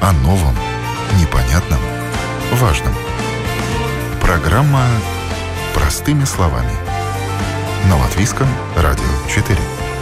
О новом, непонятном, важном. Программа «Простыми словами». На Латвийском радио 4.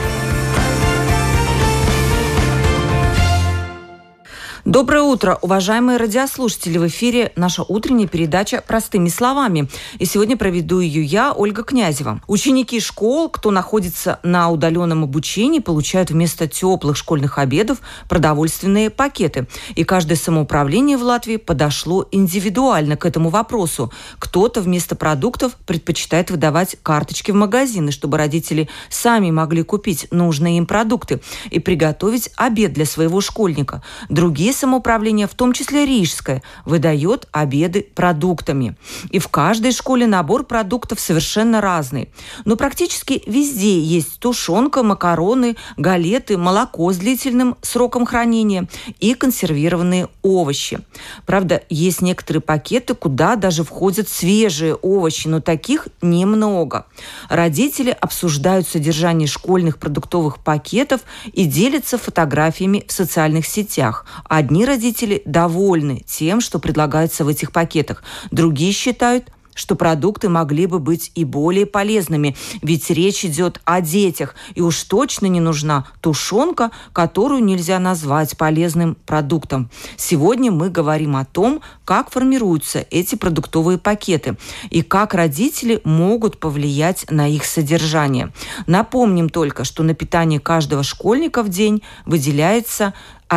Доброе утро, уважаемые радиослушатели! В эфире наша утренняя передача «Простыми словами». И сегодня проведу ее я, Ольга Князева. Ученики школ, кто находится на удаленном обучении, получают вместо теплых школьных обедов продовольственные пакеты. И каждое самоуправление в Латвии подошло индивидуально к этому вопросу. Кто-то вместо продуктов предпочитает выдавать карточки в магазины, чтобы родители сами могли купить нужные им продукты и приготовить обед для своего школьника. Другие самоуправление, в том числе Рижское, выдает обеды продуктами. И в каждой школе набор продуктов совершенно разный. Но практически везде есть тушенка, макароны, галеты, молоко с длительным сроком хранения и консервированные овощи. Правда, есть некоторые пакеты, куда даже входят свежие овощи, но таких немного. Родители обсуждают содержание школьных продуктовых пакетов и делятся фотографиями в социальных сетях. Одни родители довольны тем, что предлагается в этих пакетах. Другие считают, что продукты могли бы быть и более полезными, ведь речь идет о детях, и уж точно не нужна тушенка, которую нельзя назвать полезным продуктом. Сегодня мы говорим о том, как формируются эти продуктовые пакеты и как родители могут повлиять на их содержание. Напомним только, что на питание каждого школьника в день выделяется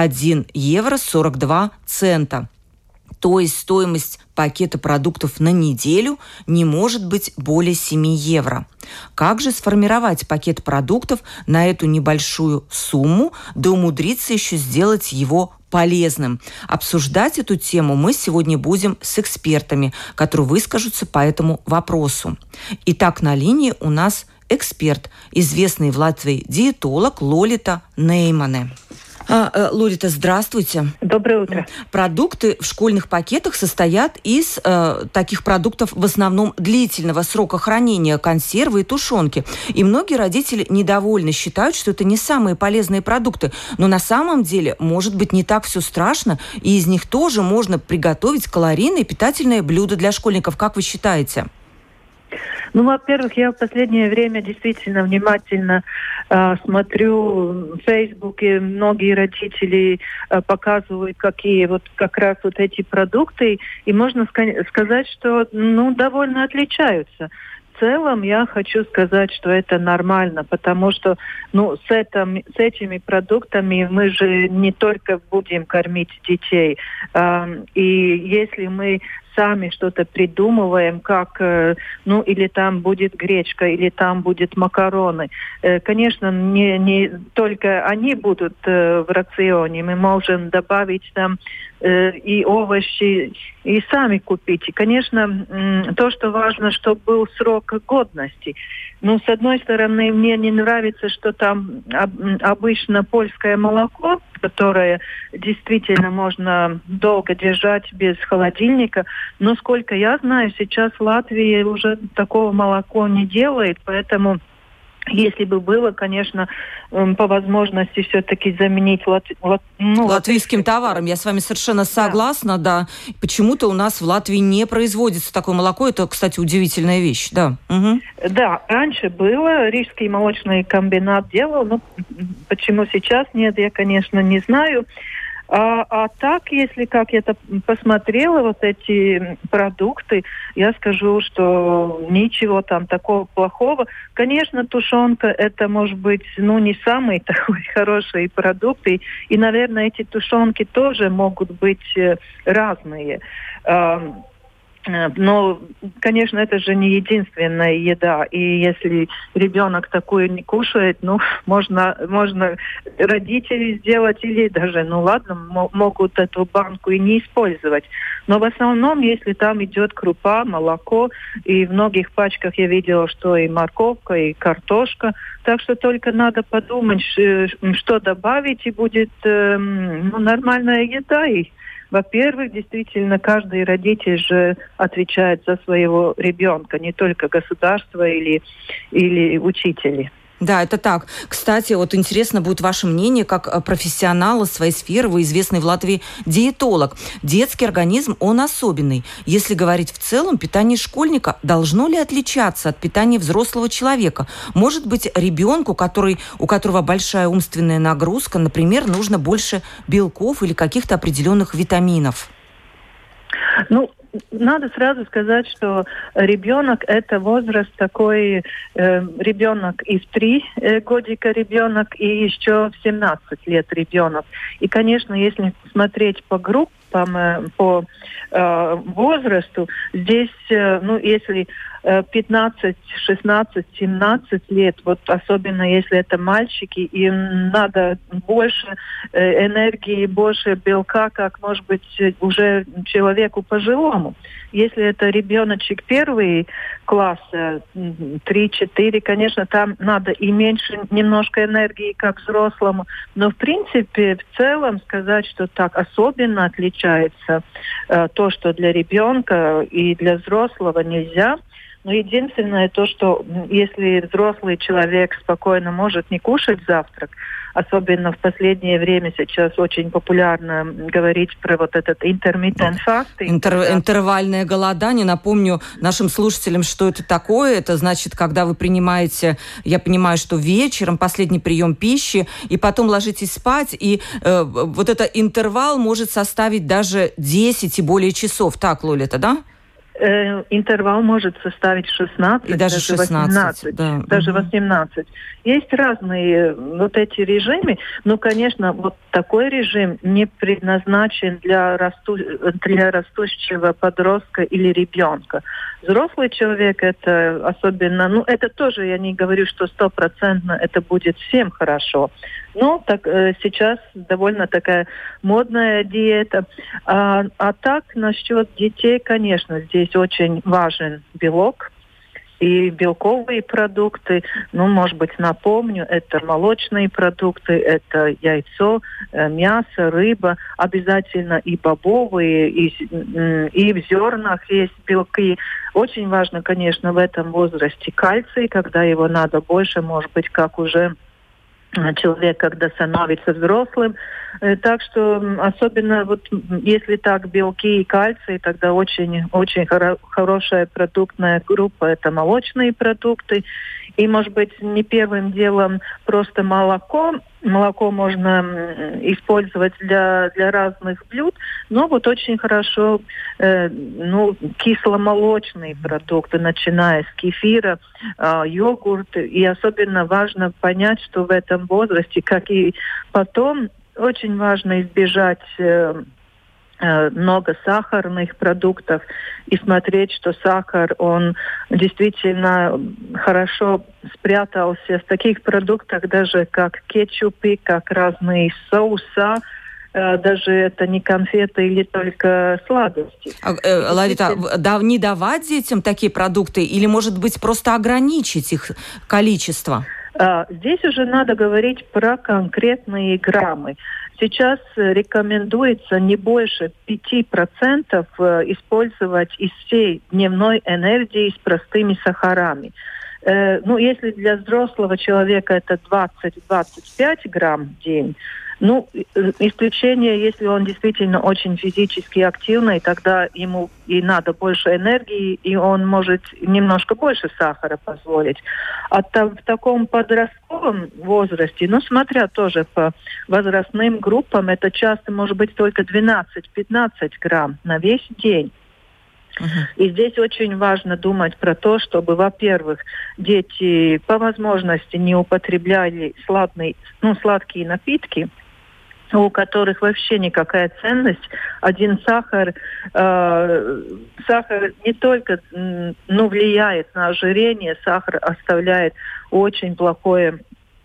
1 евро 42 цента. То есть стоимость пакета продуктов на неделю не может быть более 7 евро. Как же сформировать пакет продуктов на эту небольшую сумму, да умудриться еще сделать его полезным? Обсуждать эту тему мы сегодня будем с экспертами, которые выскажутся по этому вопросу. Итак, на линии у нас эксперт, известный в Латвии диетолог Лолита Неймане. Лолита, здравствуйте. Доброе утро. Продукты в школьных пакетах состоят из таких продуктов в основном длительного срока хранения, консервы и тушенки. И многие родители недовольны, считают, что это не самые полезные продукты. Но на самом деле, может быть, не так все страшно, и из них тоже можно приготовить калорийные питательные блюда для школьников. Как вы считаете? Ну, во-первых, я в последнее время действительно внимательно смотрю в Фейсбуке, многие родители показывают, какие вот как раз вот эти продукты, и можно сказать, что довольно отличаются. В целом я хочу сказать, что это нормально, потому что с этими продуктами мы же не только будем кормить детей. И если мы сами что-то придумываем, как, или там будет гречка, или там будет макароны. Конечно, не только они будут в рационе, мы можем добавить там и овощи, и сами купить. И, конечно, то, что важно, чтобы был срок годности. С одной стороны, мне не нравится, что там обычно польское молоко, которое действительно можно долго держать без холодильника. Но, сколько я знаю, сейчас в Латвии уже такого молока не делает, поэтому если бы было, конечно, по возможности все-таки заменить латвийским товаром. Я с вами совершенно согласна, да. Почему-то у нас в Латвии не производится такое молоко. Это, кстати, удивительная вещь, да. Угу. Да, раньше было, Рижский молочный комбинат делал, но почему сейчас нет, я, конечно, не знаю. А так, если как я посмотрела вот эти продукты, я скажу, что ничего там такого плохого. Конечно, тушенка это может быть, не самый такой хороший продукт. И, наверное, эти тушенки тоже могут быть разные. Но, конечно, это же не единственная еда. И если ребенок такую не кушает, можно родители сделать или даже, могут эту банку и не использовать. Но в основном, если там идет крупа, молоко, и в многих пачках я видела, что и морковка, и картошка. Так что только надо подумать, что добавить, и будет нормальная еда. И во-первых, действительно, каждый родитель же отвечает за своего ребенка, не только государство или учители. Да, это так. Кстати, вот интересно будет ваше мнение как профессионала своей сферы. Вы известный в Латвии диетолог. Детский организм, он особенный. Если говорить в целом, питание школьника должно ли отличаться от питания взрослого человека? Может быть, ребенку, у которого большая умственная нагрузка, например, нужно больше белков или каких-то определенных витаминов? Надо сразу сказать, что ребенок – это возраст такой, ребенок и в 3 годика ребенок, и еще в 17 лет ребенок. И, конечно, если смотреть по группам, по возрасту, здесь, если 15, 16, 17 лет, вот особенно если это мальчики, им надо больше энергии, больше белка, как, может быть, уже человеку пожилому. Если это ребеночек 1 класс, 3-4, конечно, там надо и меньше немножко энергии, как взрослому. Но, в принципе, в целом сказать, что так особенно отличается то, что для ребенка и для взрослого нельзя. Но единственное то, что если взрослый человек спокойно может не кушать завтрак, особенно в последнее время сейчас очень популярно говорить про вот этот intermittent fasting. Интервальное голодание. Напомню нашим слушателям, что это такое. Это значит, когда вы принимаете, я понимаю, что вечером последний прием пищи, и потом ложитесь спать, и вот этот интервал может составить даже 10 и более часов. Так, Лолита, да? Интервал может составить 16, и даже 18, да. даже 18. Есть разные вот эти режимы, но, конечно, вот такой режим не предназначен для растущего подростка или ребенка. Взрослый человек, это особенно, это тоже, я не говорю, что 100% это будет всем хорошо. Но так, сейчас довольно такая модная диета. А так, насчет детей, конечно, здесь очень важен белок и белковые продукты. Может быть, напомню, это молочные продукты, это яйцо, мясо, рыба, обязательно и бобовые, и в зернах есть белки. Очень важно, конечно, в этом возрасте кальций, когда его надо больше, может быть, как уже человек, когда становится взрослым. Так что особенно вот если так белки и кальций, тогда очень хорошая продуктная группа – это молочные продукты. И, может быть, не первым делом просто молоко. Молоко можно использовать для разных блюд, но вот очень хорошо кисломолочные продукты, начиная с кефира, йогурт. И особенно важно понять, что в этом возрасте, как и потом, очень важно избежать много сахарных продуктов и смотреть, что сахар, он действительно хорошо спрятался в таких продуктах, даже как кетчупы, как разные соуса, даже это не конфеты или только сладости. Ларита, не давать детям такие продукты или, может быть, просто ограничить их количество? Здесь уже надо говорить про конкретные граммы. Сейчас рекомендуется не больше 5% использовать из всей дневной энергии с простыми сахарами. Если для взрослого человека это 20-25 грамм в день, исключение, если он действительно очень физически активный, тогда ему и надо больше энергии, и он может немножко больше сахара позволить. А в таком подростковом возрасте, смотря тоже по возрастным группам, это часто может быть только 12-15 грамм на весь день. И здесь очень важно думать про то, чтобы, во-первых, дети по возможности не употребляли сладкие напитки, у которых вообще никакая ценность. Один сахар не только влияет на ожирение, сахар оставляет очень плохие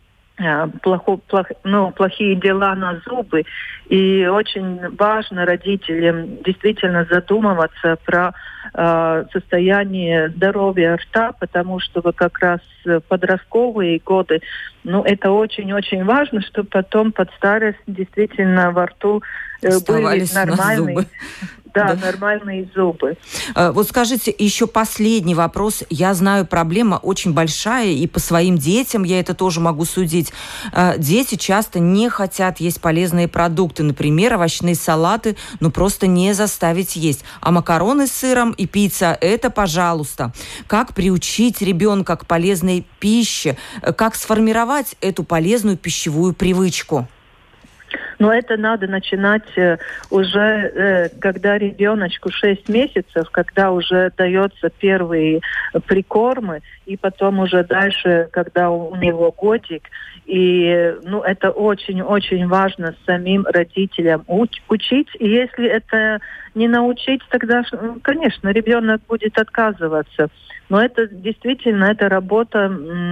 дела на зубы. И очень важно родителям действительно задумываться про состояние здоровья рта, потому что как раз подростковые годы, это очень-очень важно, чтобы потом под старость действительно во рту были нормальные. да, нормальные зубы. Вот скажите, еще последний вопрос. Я знаю, проблема очень большая, и по своим детям я это тоже могу судить. Дети часто не хотят есть полезные продукты. Например, овощные салаты, просто не заставить есть. А макароны с сыром и пицца – это пожалуйста. Как приучить ребенка к полезной пище? Как сформировать эту полезную пищевую привычку? Но это надо начинать уже, когда ребеночку 6 месяцев, когда уже дается первые прикормы, и потом уже дальше, когда у него годик. И это очень-очень важно самим родителям учить. И если это не научить, тогда, конечно, ребенок будет отказываться. Но это действительно, эта работа,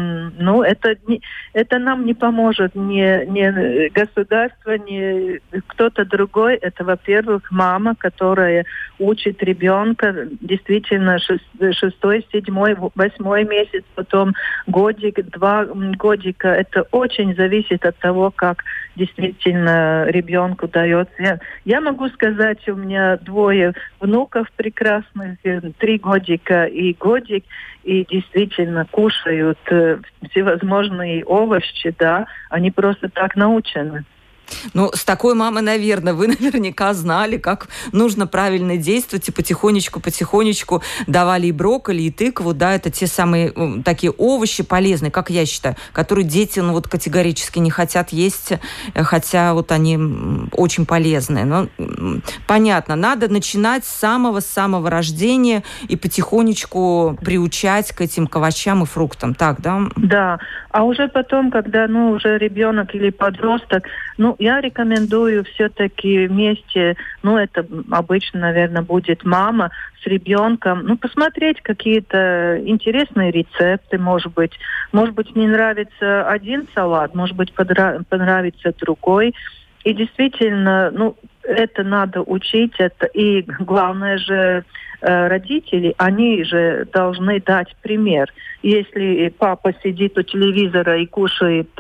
это нам не поможет ни государство, ни кто-то другой. Это, во-первых, мама, которая учит ребенка действительно 6-й, 7-й, 8-й месяц, потом годик, 2 годика. Это очень зависит от того, как действительно ребенку дается. Я могу сказать, у меня 2 внуков прекрасных, 3 годика и годик, и действительно кушают всевозможные овощи, да, они просто так научены. С такой мамой, наверное, вы наверняка знали, как нужно правильно действовать, и потихонечку давали и брокколи, и тыкву, да, это те самые такие овощи полезные, как я считаю, которые дети, категорически не хотят есть, хотя они очень полезные. Но понятно, надо начинать с самого рождения и потихонечку приучать к этим овощам и фруктам, так, да? Да, а уже потом, когда, уже ребенок или подросток, я рекомендую все-таки вместе, это обычно, наверное, будет мама с ребенком, посмотреть какие-то интересные рецепты, может быть, не нравится один салат, может быть, понравится другой. И действительно, это надо учить, и главное же, родители, они же должны дать пример. Если папа сидит у телевизора и кушает,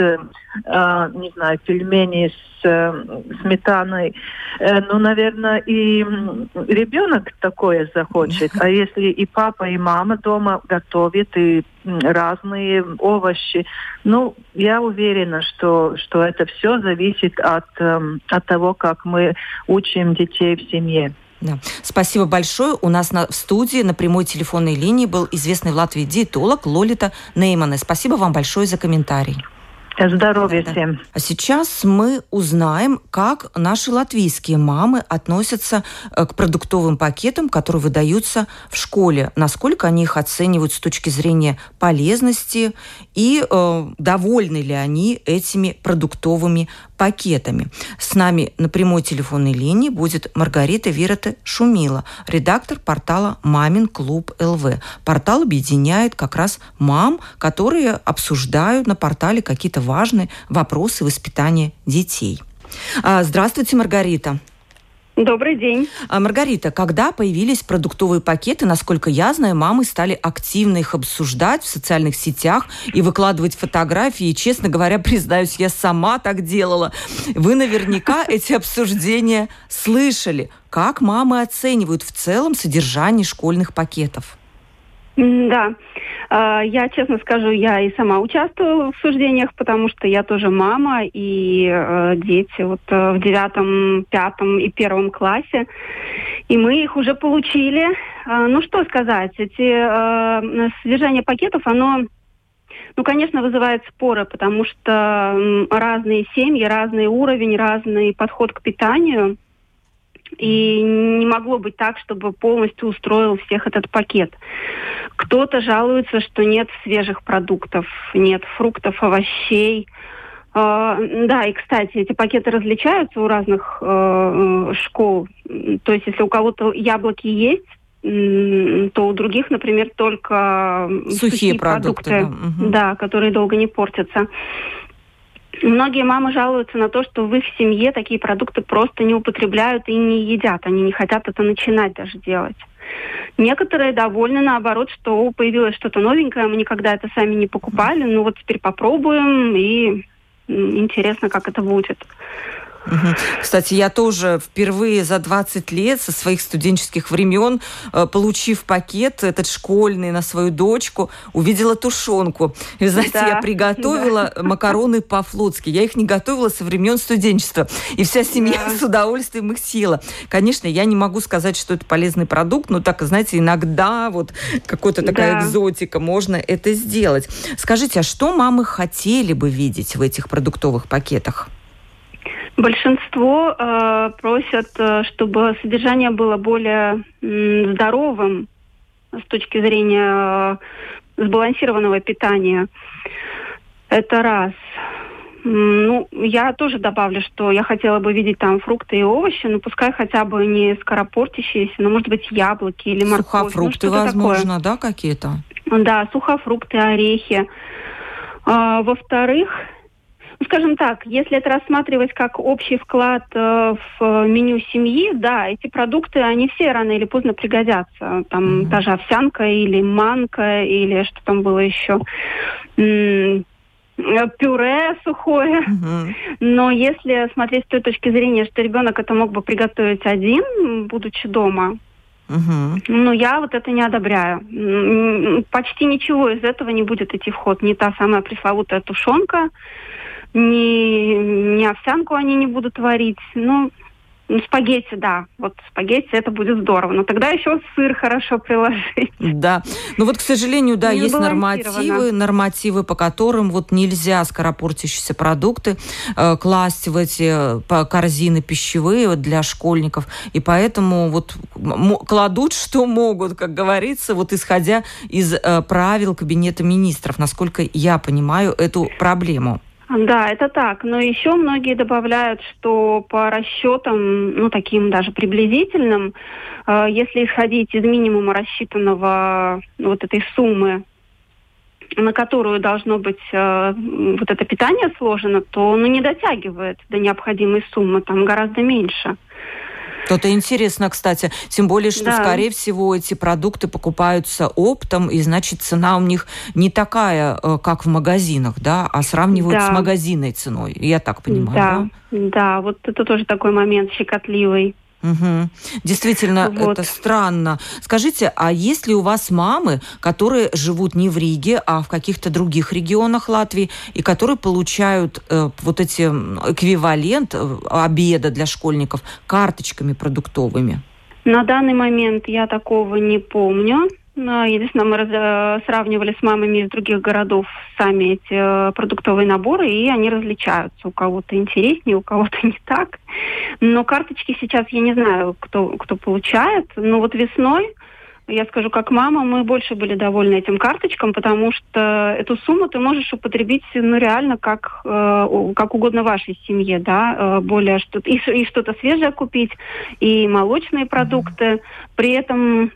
пельмени с сметаной, наверное, и ребенок такое захочет. А если и папа, и мама дома готовят и разные овощи, я уверена, что это все зависит от того, как мы учим детей в семье. Да. Спасибо большое. У нас в студии на прямой телефонной линии был известный в Латвии диетолог Лолита Неймане. Спасибо вам большое за комментарий. Здоровья всем. А сейчас мы узнаем, как наши латвийские мамы относятся к продуктовым пакетам, которые выдаются в школе. Насколько они их оценивают с точки зрения полезности и довольны ли они этими продуктовыми пакетами. С нами на прямой телефонной линии будет Маргарита Вирата-Шумила, редактор портала «Мамин клуб ЛВ». Портал объединяет как раз мам, которые обсуждают на портале какие-то важные вопросы воспитания детей. Здравствуйте, Маргарита. Добрый день. Маргарита, когда появились продуктовые пакеты, насколько я знаю, мамы стали активно их обсуждать в социальных сетях и выкладывать фотографии. И, честно говоря, признаюсь, я сама так делала. Вы наверняка эти обсуждения слышали. Как мамы оценивают в целом содержание школьных пакетов? Да. Я, честно скажу, я и сама участвовала в обсуждениях, потому что я тоже мама, и дети в 9, 5 и 1 классе, и мы их уже получили. Что сказать, содержание пакетов, оно, конечно, вызывает споры, потому что разные семьи, разный уровень, разный подход к питанию. И не могло быть так, чтобы полностью устроил всех этот пакет. Кто-то жалуется, что нет свежих продуктов, нет фруктов, овощей. Да, и, кстати, эти пакеты различаются у разных школ. То есть, если у кого-то яблоки есть, то у других, например, только сухие продукты, да, которые долго не портятся. Многие мамы жалуются на то, что в их семье такие продукты просто не употребляют и не едят. Они не хотят это начинать даже делать. Некоторые довольны, наоборот, что появилось что-то новенькое, мы никогда это сами не покупали, теперь попробуем, и интересно, как это будет. Кстати, я тоже впервые за 20 лет со своих студенческих времен, получив пакет этот школьный на свою дочку, увидела тушенку. И, знаете, я приготовила макароны по-флотски. Я их не готовила со времен студенчества. И вся семья с удовольствием их съела. Конечно, я не могу сказать, что это полезный продукт, но так, знаете, иногда вот какая-то такая экзотика, можно это сделать. Скажите, а что мамы хотели бы видеть в этих продуктовых пакетах? Большинство просят, чтобы содержание было более здоровым с точки зрения сбалансированного питания. Это раз. Ну, я тоже добавлю, что я хотела бы видеть там фрукты и овощи, но пускай хотя бы не скоропортящиеся, но, может быть, яблоки или морковь. Сухофрукты, возможно, такое. Да, какие-то? Да, сухофрукты, орехи. Во-вторых, скажем так, если это рассматривать как общий вклад в меню семьи, да, эти продукты, они все рано или поздно пригодятся. Там даже овсянка или манка, или что там было еще, пюре сухое. Но если смотреть с той точки зрения, что ребенок это мог бы приготовить один, будучи дома, ну, я вот это не одобряю. Почти ничего из этого не будет идти в ход. Не та самая пресловутая тушенка, ни овсянку они не будут варить. Ну, спагетти, да. Вот спагетти, это будет здорово. Но тогда еще сыр хорошо приложить. Да. Ну вот, к сожалению, да, есть нормативы, по которым вот нельзя скоропортящиеся продукты класть в эти корзины пищевые вот, для школьников. И поэтому вот кладут, что могут, как говорится, вот исходя из правил Кабинета министров, насколько я понимаю эту проблему. Да, это так. Но еще многие добавляют, что по расчетам, ну, таким даже приблизительным, если исходить из минимума рассчитанного вот этой суммы, на которую должно быть вот это питание сложено, то оно не дотягивает до необходимой суммы, там гораздо меньше. Это интересно, кстати. Тем более, что, скорее всего, эти продукты покупаются оптом, и, значит, цена у них не такая, как в магазинах, да, а сравнивают с магазинной ценой. Я так понимаю, да, вот это тоже такой момент щекотливый. Действительно, это странно. Скажите, а есть ли у вас мамы, которые живут не в Риге, а в каких-то других регионах Латвии, и которые получают вот эти эквивалент обеда для школьников карточками продуктовыми? На данный момент я такого не помню. Единственное, мы сравнивали с мамами из других городов сами эти продуктовые наборы, и они различаются. У кого-то интереснее, у кого-то не так. Но карточки сейчас я не знаю, кто получает. Но вот весной, я скажу, как мама, мы больше были довольны этим карточкам, потому что эту сумму ты можешь употребить, ну, реально как угодно вашей семье, да, более что-то, и что-то свежее купить, и молочные продукты. При этом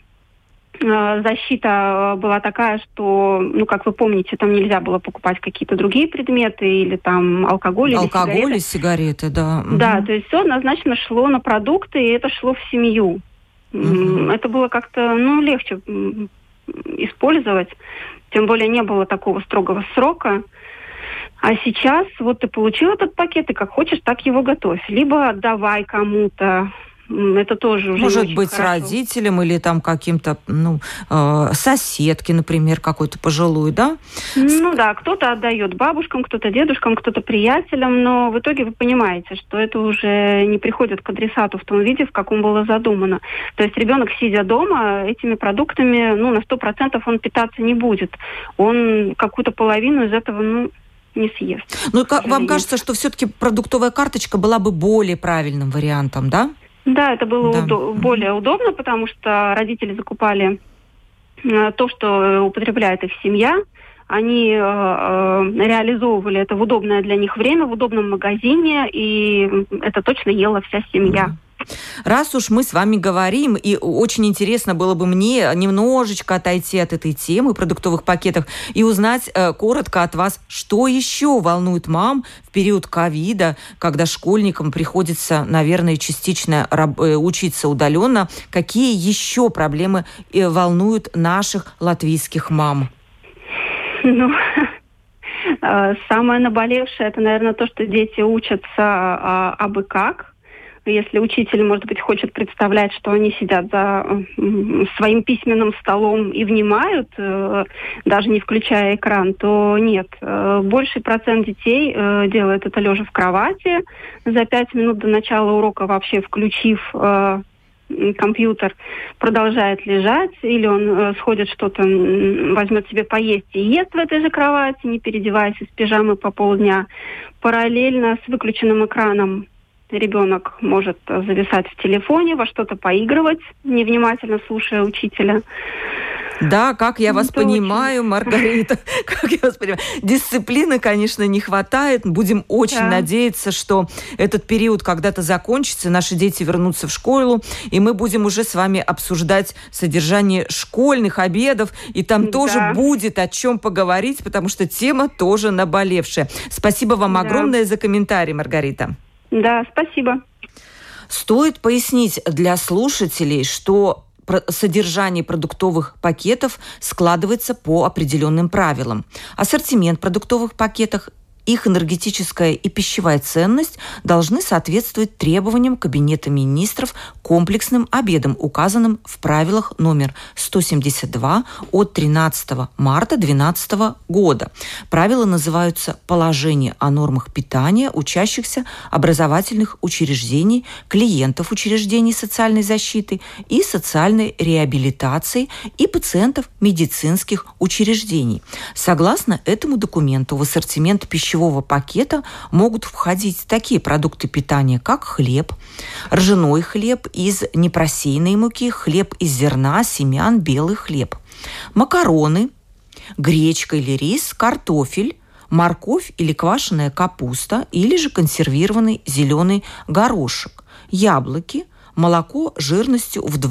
защита была такая, что, ну, как вы помните, там нельзя было покупать какие-то другие предметы или там алкоголь или сигареты, да. Да, то есть все однозначно шло на продукты, и это шло в семью. Это было как-то, ну, легче использовать. Тем более не было такого строгого срока. А сейчас вот ты получил этот пакет, и как хочешь, так его готовь. Либо отдавай кому-то. Это тоже уже может быть хорошо. Родителям или там каким-то, ну, соседке, например, какой-то пожилой, да? Ну да, кто-то отдает бабушкам, кто-то дедушкам, кто-то приятелям, но в итоге вы понимаете, что это уже не приходит к адресату в том виде, в каком было задумано. То есть ребенок, сидя дома, этими продуктами, ну, на 100% он питаться не будет. Он какую-то половину из этого, ну, не съест. Ну, вам кажется, что все-таки продуктовая карточка была бы более правильным вариантом, да? Да, это было более удобно, потому что родители закупали то, что употребляет их семья. Они реализовывали это в удобное для них время, в удобном магазине, и это точно ела вся семья. Раз уж мы с вами говорим, и очень интересно было бы мне немножечко отойти от этой темы продуктовых пакетов и узнать коротко от вас, что еще волнует мам в период ковида, когда школьникам приходится, наверное, частично учиться удаленно. Какие еще проблемы волнуют наших латвийских мам? Ну, Самое наболевшее, это, наверное, то, что дети учатся абы как. Если учитель, может быть, хочет представлять, что они сидят за своим письменным столом и внимают, даже не включая экран, то нет. Больший процент детей делает это лежа в кровати, за 5 минут до начала урока вообще включив компьютер, продолжает лежать, или он сходит что-то, возьмет себе поесть и ест в этой же кровати, не переодеваясь из пижамы по полдня. Параллельно с выключенным экраном ребенок может зависать в телефоне, во что-то поигрывать, невнимательно слушая учителя. Да, как я вас понимаю, Маргарита, как я вас понимаю. Дисциплины, конечно, не хватает. Будем очень надеяться, что этот период когда-то закончится, наши дети вернутся в школу, и мы будем уже с вами обсуждать содержание школьных обедов, и там тоже будет о чем поговорить, потому что тема тоже наболевшая. Спасибо вам огромное за комментарий, Маргарита. Да, спасибо. Стоит пояснить для слушателей, что содержание продуктовых пакетов складывается по определенным правилам. Ассортимент продуктовых пакетов, их энергетическая и пищевая ценность должны соответствовать требованиям Кабинета министров комплексным обедам, указанным в правилах номер 172 от 13 марта 2012 года. Правила называются «Положение о нормах питания учащихся образовательных учреждений, клиентов учреждений социальной защиты и социальной реабилитации и пациентов медицинских учреждений». Согласно этому документу в ассортимент пищевого пакета могут входить такие продукты питания, как хлеб, ржаной хлеб из непросеянной муки, хлеб из зерна, семян, белый хлеб, макароны, гречка или рис, картофель, морковь или квашеная капуста, или же консервированный зеленый горошек, яблоки, молоко жирностью в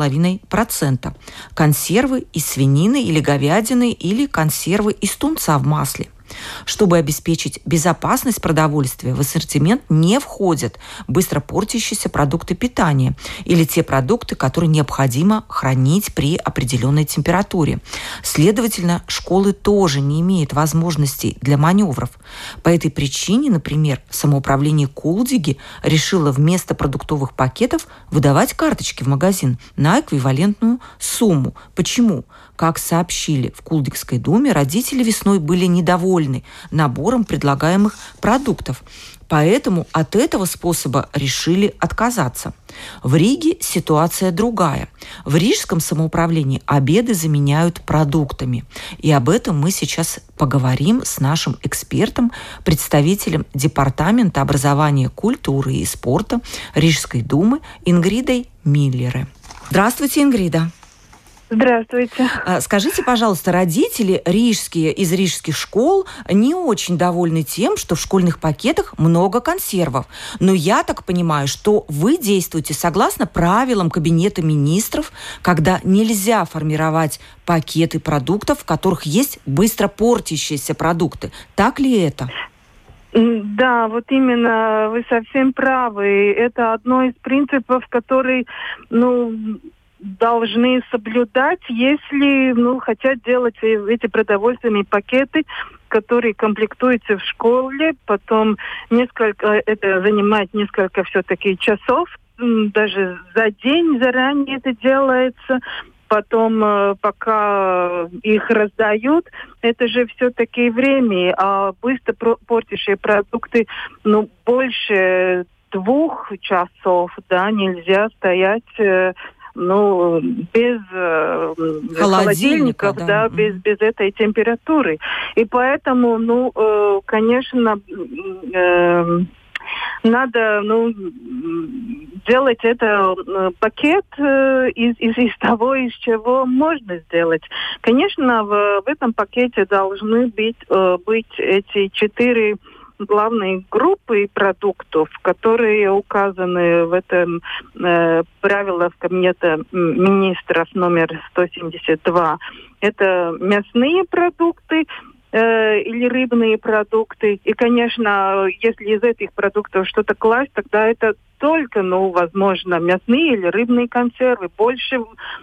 2,5%, консервы из свинины или говядины или консервы из тунца в масле. Чтобы обеспечить безопасность продовольствия, в ассортимент не входят быстро портящиеся продукты питания или те продукты, которые необходимо хранить при определенной температуре. Следовательно, школы тоже не имеют возможностей для маневров. По этой причине, например, самоуправление Кулдиги решило вместо продуктовых пакетов выдавать карточки в магазин на эквивалентную сумму. Почему? Как сообщили в Кулдигской думе, родители весной были недовольны набором предлагаемых продуктов. Поэтому от этого способа решили отказаться. В Риге ситуация другая. В рижском самоуправлении обеды заменяют продуктами. И об этом мы сейчас поговорим с нашим экспертом, представителем Департамента образования, культуры и спорта Рижской думы Ингридой Миллере. Здравствуйте, Ингрида. Здравствуйте. Скажите, пожалуйста, родители рижские из рижских школ не очень довольны тем, что в школьных пакетах много консервов. Но я так понимаю, что вы действуете согласно правилам Кабинета министров, когда нельзя формировать пакеты продуктов, в которых есть быстро портящиеся продукты. Так ли это? Да, вот именно, вы совсем правы. Это одно из принципов, который, должны соблюдать, если хотят делать эти продовольственные пакеты, которые комплектуются в школе, потом это занимает несколько все-таки часов, даже за день заранее это делается. Потом, пока их раздают, это же все-таки время, а быстро портящие продукты, больше 2 часов, нельзя стоять без холодильников, без этой температуры. И поэтому, конечно, надо делать это пакет из того, из чего можно сделать. Конечно, в этом пакете должны быть эти 4 главные группы продуктов, которые указаны в этом правилах Кабинета министров номер 172. Это мясные продукты или рыбные продукты. И, конечно, если из этих продуктов что-то класть, тогда это только, возможно, мясные или рыбные консервы. Больше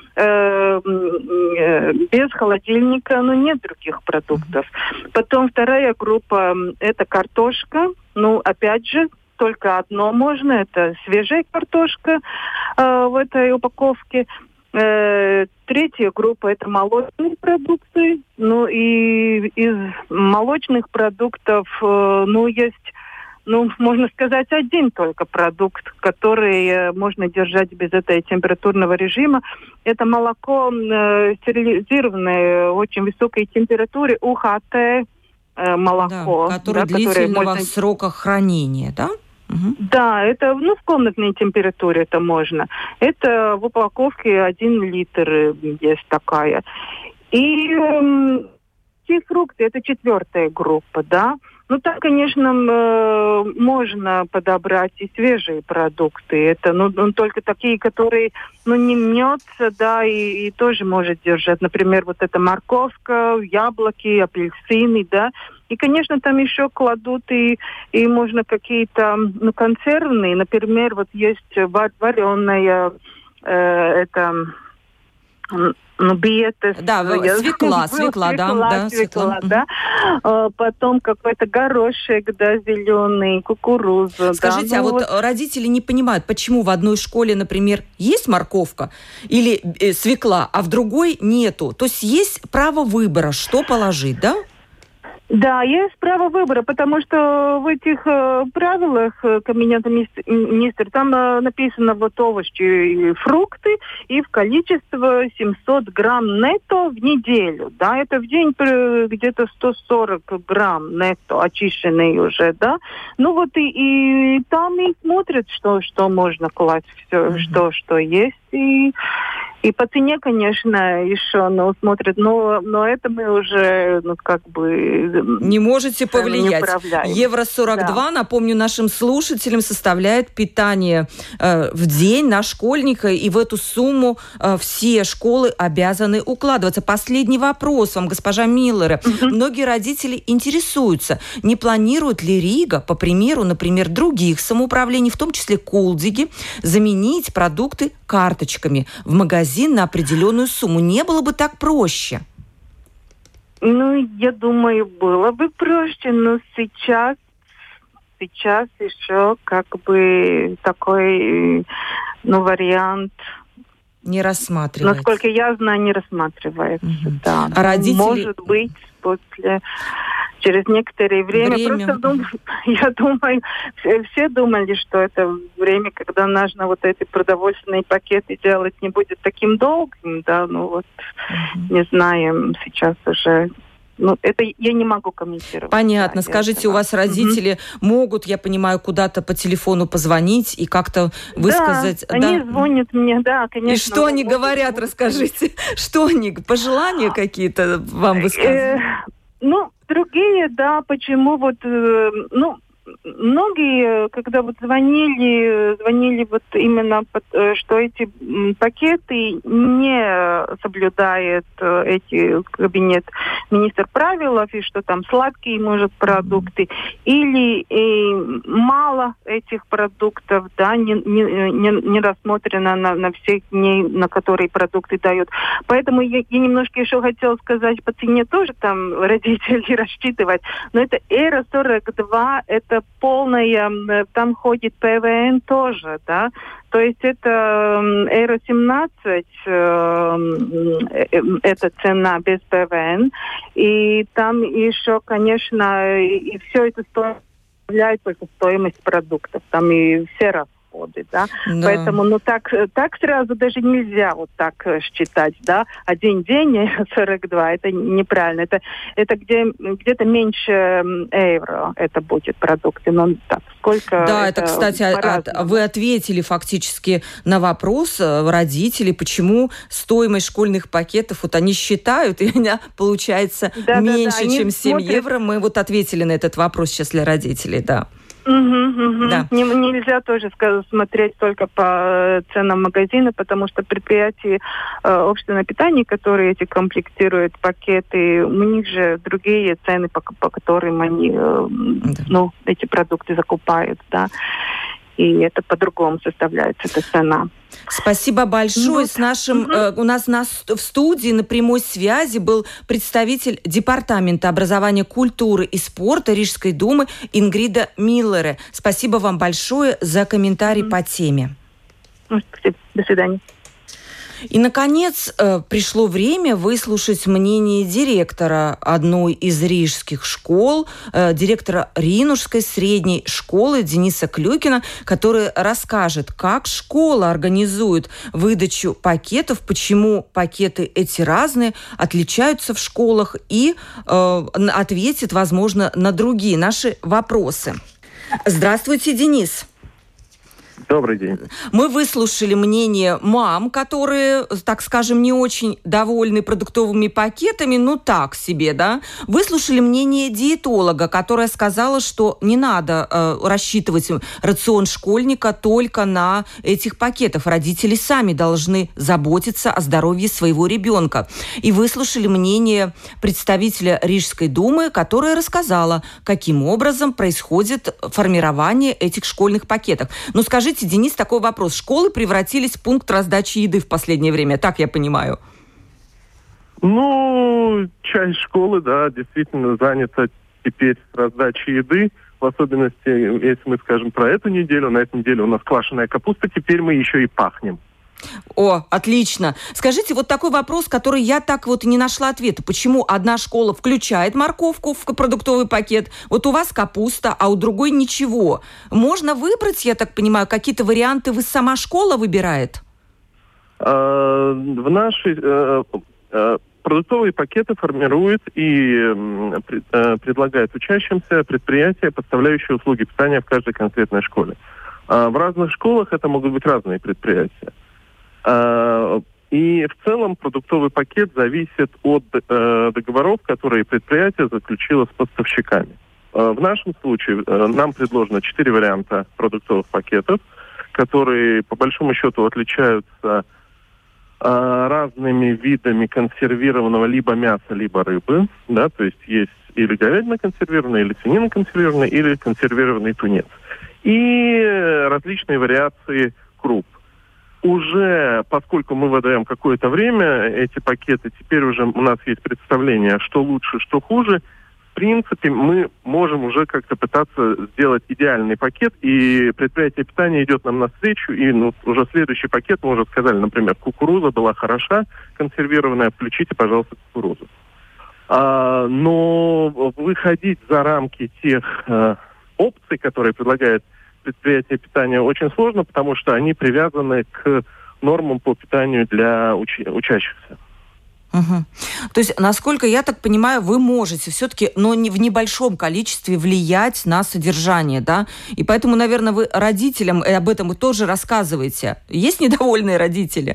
без холодильника, нет других продуктов. Потом вторая группа – это картошка. Опять же, только одно можно, это свежая картошка в этой упаковке. Третья группа – это молочные продукты. И из молочных продуктов, есть, можно сказать, один только продукт, который можно держать без этого температурного режима. Это молоко стерилизированное очень высокой температуре, УХТ молоко. Да, которое длительного срока хранения, да? Угу. Да, это в комнатной температуре это можно. Это в упаковке 1 литр есть такая. И фрукты – это 4-я группа, да. Там, конечно, можно подобрать и свежие продукты. Это, только такие, которые, не мнется, да, и тоже может держать. Например, вот эта морковка, яблоки, апельсины, да. И, конечно, там еще кладут и можно какие-то, консервные. Например, вот есть вареная, биетес. Да, свекла, да. Потом какой-то горошек, да, зеленый, кукуруза. Скажите, да, родители не понимают, почему в одной школе, например, есть морковка или свекла, а в другой нету. То есть есть право выбора, что положить, да? Да, есть право выбора, потому что в этих правилах Кабинета министров там написано овощи и фрукты и в количестве 700 грамм нетто в неделю. Да, это в день где-то 140 грамм нетто, очищенные уже, да. И там и смотрят, что можно класть, все, что есть. И по цене, конечно, еще, смотрят, но это мы уже, не можете повлиять. Евро 42, да. Напомню нашим слушателям, составляет питание в день на школьника, и в эту сумму все школы обязаны укладываться. Последний вопрос вам, госпожа Миллер. Многие родители интересуются, не планирует ли Рига, по примеру, например, других самоуправлений, в том числе Кулдиги, заменить продукты карточками в магазин на определенную сумму. Не было бы так проще? Я думаю, было бы проще, но сейчас еще такой, вариант не рассматривается. Насколько я знаю, не рассматривается. Да. А родители... Может быть, через некоторое время. Просто я думаю, все думали, что это время, когда нужно эти продовольственные пакеты делать, не будет таким долгим, да, не знаем, сейчас уже. Это я не могу комментировать. Понятно. Да, скажите, у вас родители могут, я понимаю, куда-то по телефону позвонить и как-то высказать... Да, они звонят мне, да, конечно. И что они говорят, расскажите. Что они, пожелания какие-то вам высказывают? Другие, да, почему многие, когда звонили именно, что эти пакеты не соблюдает Кабинет министров правил, и что там сладкие, может, продукты, или мало этих продуктов, да, не рассмотрено на всех дней, на которые продукты дают. Поэтому я немножко еще хотела сказать, по цене тоже там родители рассчитывать, но это Эра 42, это полная, там ходит ПВН тоже, да, то есть это Эра 17, это цена без ПВН, и там еще, конечно, и все это составляет только стоимость продуктов, там и все расходы. Да? Да. Поэтому, так сразу даже нельзя так считать, да, один день 42, это неправильно, это где-то меньше евро это будет продукты, но так, сколько... Да, это кстати, вы ответили фактически на вопрос родителей, почему стоимость школьных пакетов, они считают, и она получается меньше, чем 7 евро, мы ответили на этот вопрос сейчас для родителей, да. Да. Нельзя тоже смотреть только по ценам магазина, потому что предприятия общественного питания, которые эти комплектируют пакеты, у них же другие цены, по которым они эти продукты закупают, да. и это по-другому составляется эта цена. Спасибо большое. С нашим, у нас в студии на прямой связи был представитель Департамента образования, культуры и спорта Рижской думы Ингрида Миллере. Спасибо вам большое за комментарий по теме. Спасибо. До свидания. И, наконец, пришло время выслушать мнение директора одной из рижских школ, директора Ринушской средней школы Дениса Клюкина, который расскажет, как школа организует выдачу пакетов, почему пакеты эти разные, отличаются в школах, и ответит, возможно, на другие наши вопросы. Здравствуйте, Денис. Добрый день. Мы выслушали мнение мам, которые, так скажем, не очень довольны продуктовыми пакетами, ну так себе, да. Выслушали мнение диетолога, которая сказала, что не надо рассчитывать рацион школьника только на этих пакетах. Родители сами должны заботиться о здоровье своего ребенка. И выслушали мнение представителя Рижской думы, которая рассказала, каким образом происходит формирование этих школьных пакетов. Ну, скажите, Денис, такой вопрос. Школы превратились в пункт раздачи еды в последнее время, так я понимаю? Ну, часть школы, да, действительно занята теперь раздачей еды. В особенности, если мы скажем про эту неделю, на этой неделе у нас квашеная капуста, теперь мы еще и пахнем. О, отлично. Скажите, вот такой вопрос, который я так вот и не нашла ответа. Почему одна школа включает морковку в продуктовый пакет, вот у вас капуста, а у другой ничего? Можно выбрать, я так понимаю, какие-то варианты сама школа выбирает? В нашей... Продуктовые пакеты формирует и предлагает учащимся предприятия, поставляющие услуги питания в каждой конкретной школе. В разных школах это могут быть разные предприятия. И в целом продуктовый пакет зависит от договоров, которые предприятие заключило с поставщиками. В нашем случае нам предложено 4 варианта продуктовых пакетов, которые по большому счету отличаются разными видами консервированного либо мяса, либо рыбы. Да, то есть или говядина консервированная, или свинина консервированная, или консервированный тунец. И различные вариации круп. Уже, поскольку мы выдаем какое-то время эти пакеты, теперь уже у нас есть представление, что лучше, что хуже. В принципе, мы можем уже как-то пытаться сделать идеальный пакет, и предприятие питания идет нам навстречу, и уже следующий пакет мы уже сказали, например, кукуруза была хороша, консервированная, включите, пожалуйста, кукурузу. Но выходить за рамки тех опций, которые предлагает предприятие питания, очень сложно, потому что они привязаны к нормам по питанию для учащихся. Угу. То есть, насколько я так понимаю, вы можете все-таки, но не в небольшом количестве влиять на содержание, да? И поэтому, наверное, вы родителям об этом вы тоже рассказываете. Есть недовольные родители?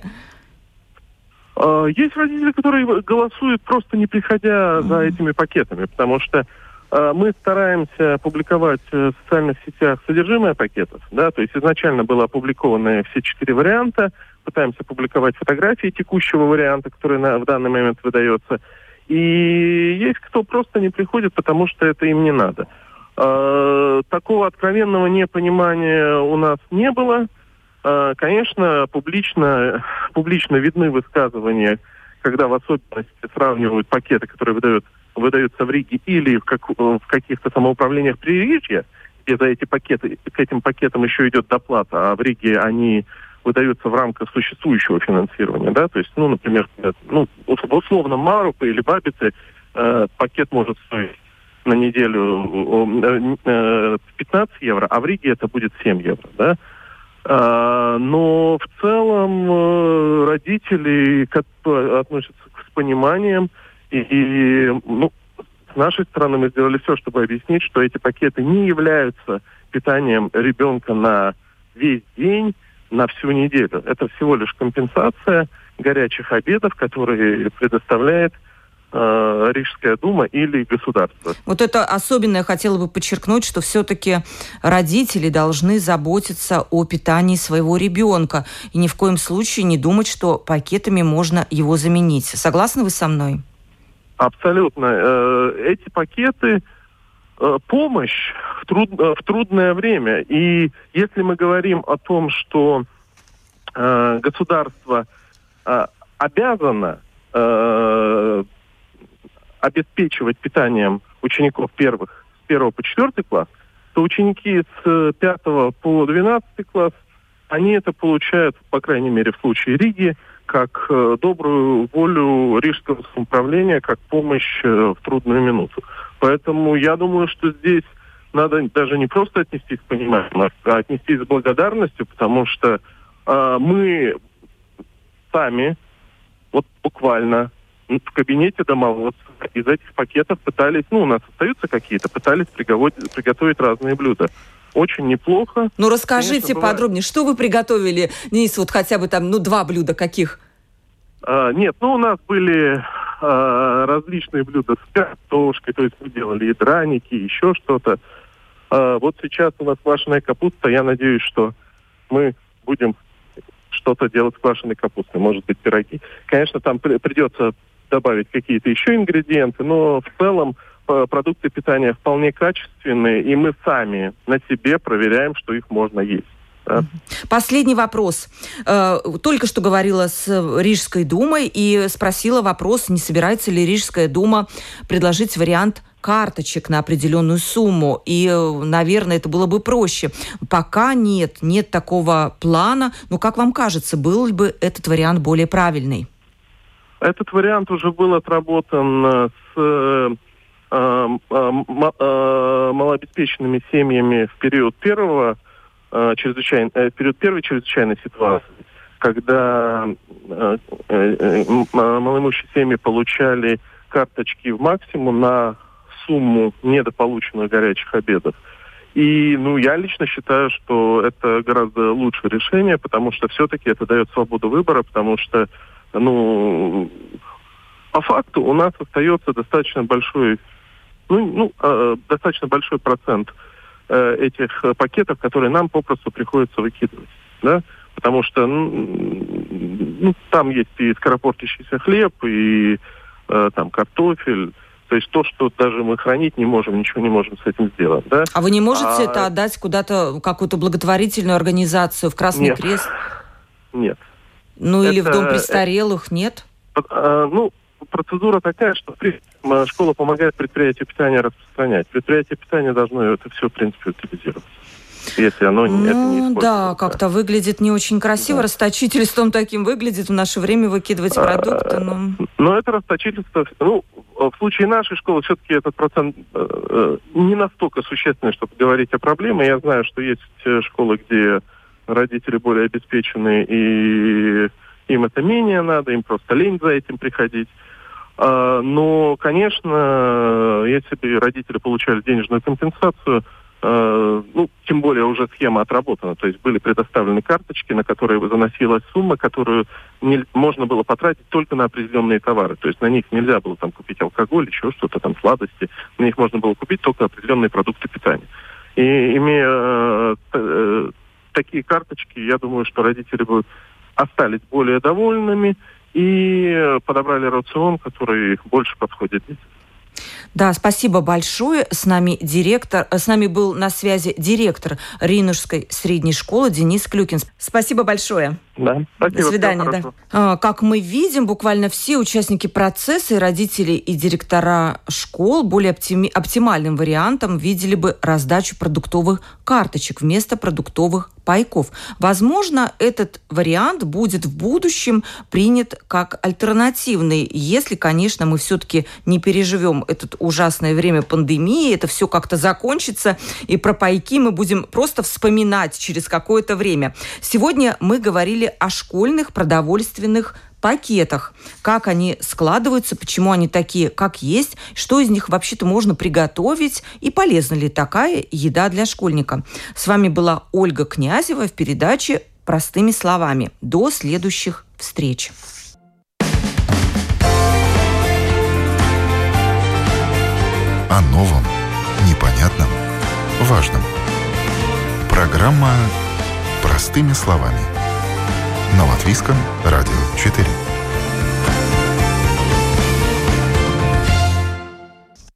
Есть родители, которые голосуют, просто не приходя за этими пакетами, потому что мы стараемся публиковать в социальных сетях содержимое пакетов, да, то есть изначально было опубликованы все 4 варианта, пытаемся публиковать фотографии текущего варианта, который в данный момент выдается, и есть кто просто не приходит, потому что это им не надо. Такого откровенного непонимания у нас не было. Конечно, публично видны высказывания, когда в особенности сравнивают пакеты, которые выдаются в Риге или в каких-то самоуправлениях Пририжья, где за эти пакеты, к этим пакетам еще идет доплата, а в Риге они выдаются в рамках существующего финансирования, да, то есть, например, в условном Марупе или Бабице пакет может стоить на неделю 15 евро, а в Риге это будет 7 евро, да. Но в целом родители относятся с пониманием, и с нашей стороны мы сделали все, чтобы объяснить, что эти пакеты не являются питанием ребенка на весь день, на всю неделю. Это всего лишь компенсация горячих обедов, которые предоставляет Рижская дума или государство. Вот это особенно я хотела бы подчеркнуть, что все-таки родители должны заботиться о питании своего ребенка и ни в коем случае не думать, что пакетами можно его заменить. Согласны вы со мной? Абсолютно. Эти пакеты помощь в трудное время. И если мы говорим о том, что государство обязано обеспечивать питанием учеников с 1 по 4 класс, то ученики с 5 по 12 класс, они это получают, по крайней мере, в случае Риги, как добрую волю рижского самоуправления, как помощь в трудную минуту. Поэтому я думаю, что здесь надо даже не просто отнестись с пониманием, а отнестись с благодарностью, потому что мы сами, вот буквально, в кабинете домоводства из этих пакетов пытались, у нас остаются какие-то, пытались приготовить разные блюда. Очень неплохо. Ну, расскажите подробнее, что вы приготовили, Денис, вот хотя бы там, 2 блюда каких? Нет, у нас были различные блюда с картошкой, то есть мы делали и драники, и еще что-то. Вот сейчас у нас квашеная капуста, я надеюсь, что мы будем что-то делать с квашеной капустой, может быть, пироги. Конечно, там придется добавить какие-то еще ингредиенты, но в целом продукты питания вполне качественные, и мы сами на себе проверяем, что их можно есть. Да. Последний вопрос. Только что говорила с Рижской думой и спросила вопрос, не собирается ли Рижская дума предложить вариант карточек на определенную сумму. И, наверное, это было бы проще. Пока нет такого плана. Но, как вам кажется, был бы этот вариант более правильный? Этот вариант уже был отработан с малообеспеченными семьями в период первой чрезвычайной ситуации, когда малоимущие семьи получали карточки в максимум на сумму недополученных горячих обедов. И, я лично считаю, что это гораздо лучшее решение, потому что все-таки это дает свободу выбора, потому что, по факту у нас остается достаточно большой процент этих пакетов, которые нам попросту приходится выкидывать, да, потому что, там есть и скоропортящийся хлеб, и там картофель, то есть то, что даже мы хранить не можем, ничего не можем с этим сделать, да. А вы не можете это отдать куда-то, какую-то благотворительную организацию, в Красный Крест? Нет. Или в дом престарелых, нет? Процедура такая, что школа помогает предприятию питания распространять. Предприятие питания должно это все, в принципе, утилизировать. Если оно это не используется. Да, как-то выглядит не очень красиво. Да. Расточительством таким выглядит в наше время выкидывать продукты. Но это расточительство... в случае нашей школы все-таки этот процент не настолько существенный, чтобы говорить о проблеме. Я знаю, что есть школы, где родители более обеспеченные, и им это менее надо, им просто лень за этим приходить. Но, конечно, если бы родители получали денежную компенсацию, тем более уже схема отработана, то есть были предоставлены карточки, на которые заносилась сумма, которую можно было потратить только на определенные товары. То есть на них нельзя было там купить алкоголь, еще что-то там, сладости. На них можно было купить только определенные продукты питания. И имея такие карточки, я думаю, что родители бы остались более довольными и подобрали рацион, который больше подходит детям. Да, спасибо большое. С нами был на связи директор Рижской средней школы Денис Клюкин. Спасибо большое. Да, спасибо. До свидания. Да. Как мы видим, буквально все участники процесса, и родители, и директора школ более оптимальным вариантом видели бы раздачу продуктовых карточек вместо продуктовых пайков. Возможно, этот вариант будет в будущем принят как альтернативный, если, конечно, мы все-таки не переживем это ужасное время пандемии, это все как-то закончится, и про пайки мы будем просто вспоминать через какое-то время. Сегодня мы говорили о школьных продовольственных пакетах, как они складываются, почему они такие, как есть, что из них вообще-то можно приготовить и полезна ли такая еда для школьника. С вами была Ольга Князева в передаче «Простыми словами». До следующих встреч. О новом, непонятном, важном. Программа «Простыми словами». На Латвийском радио 4.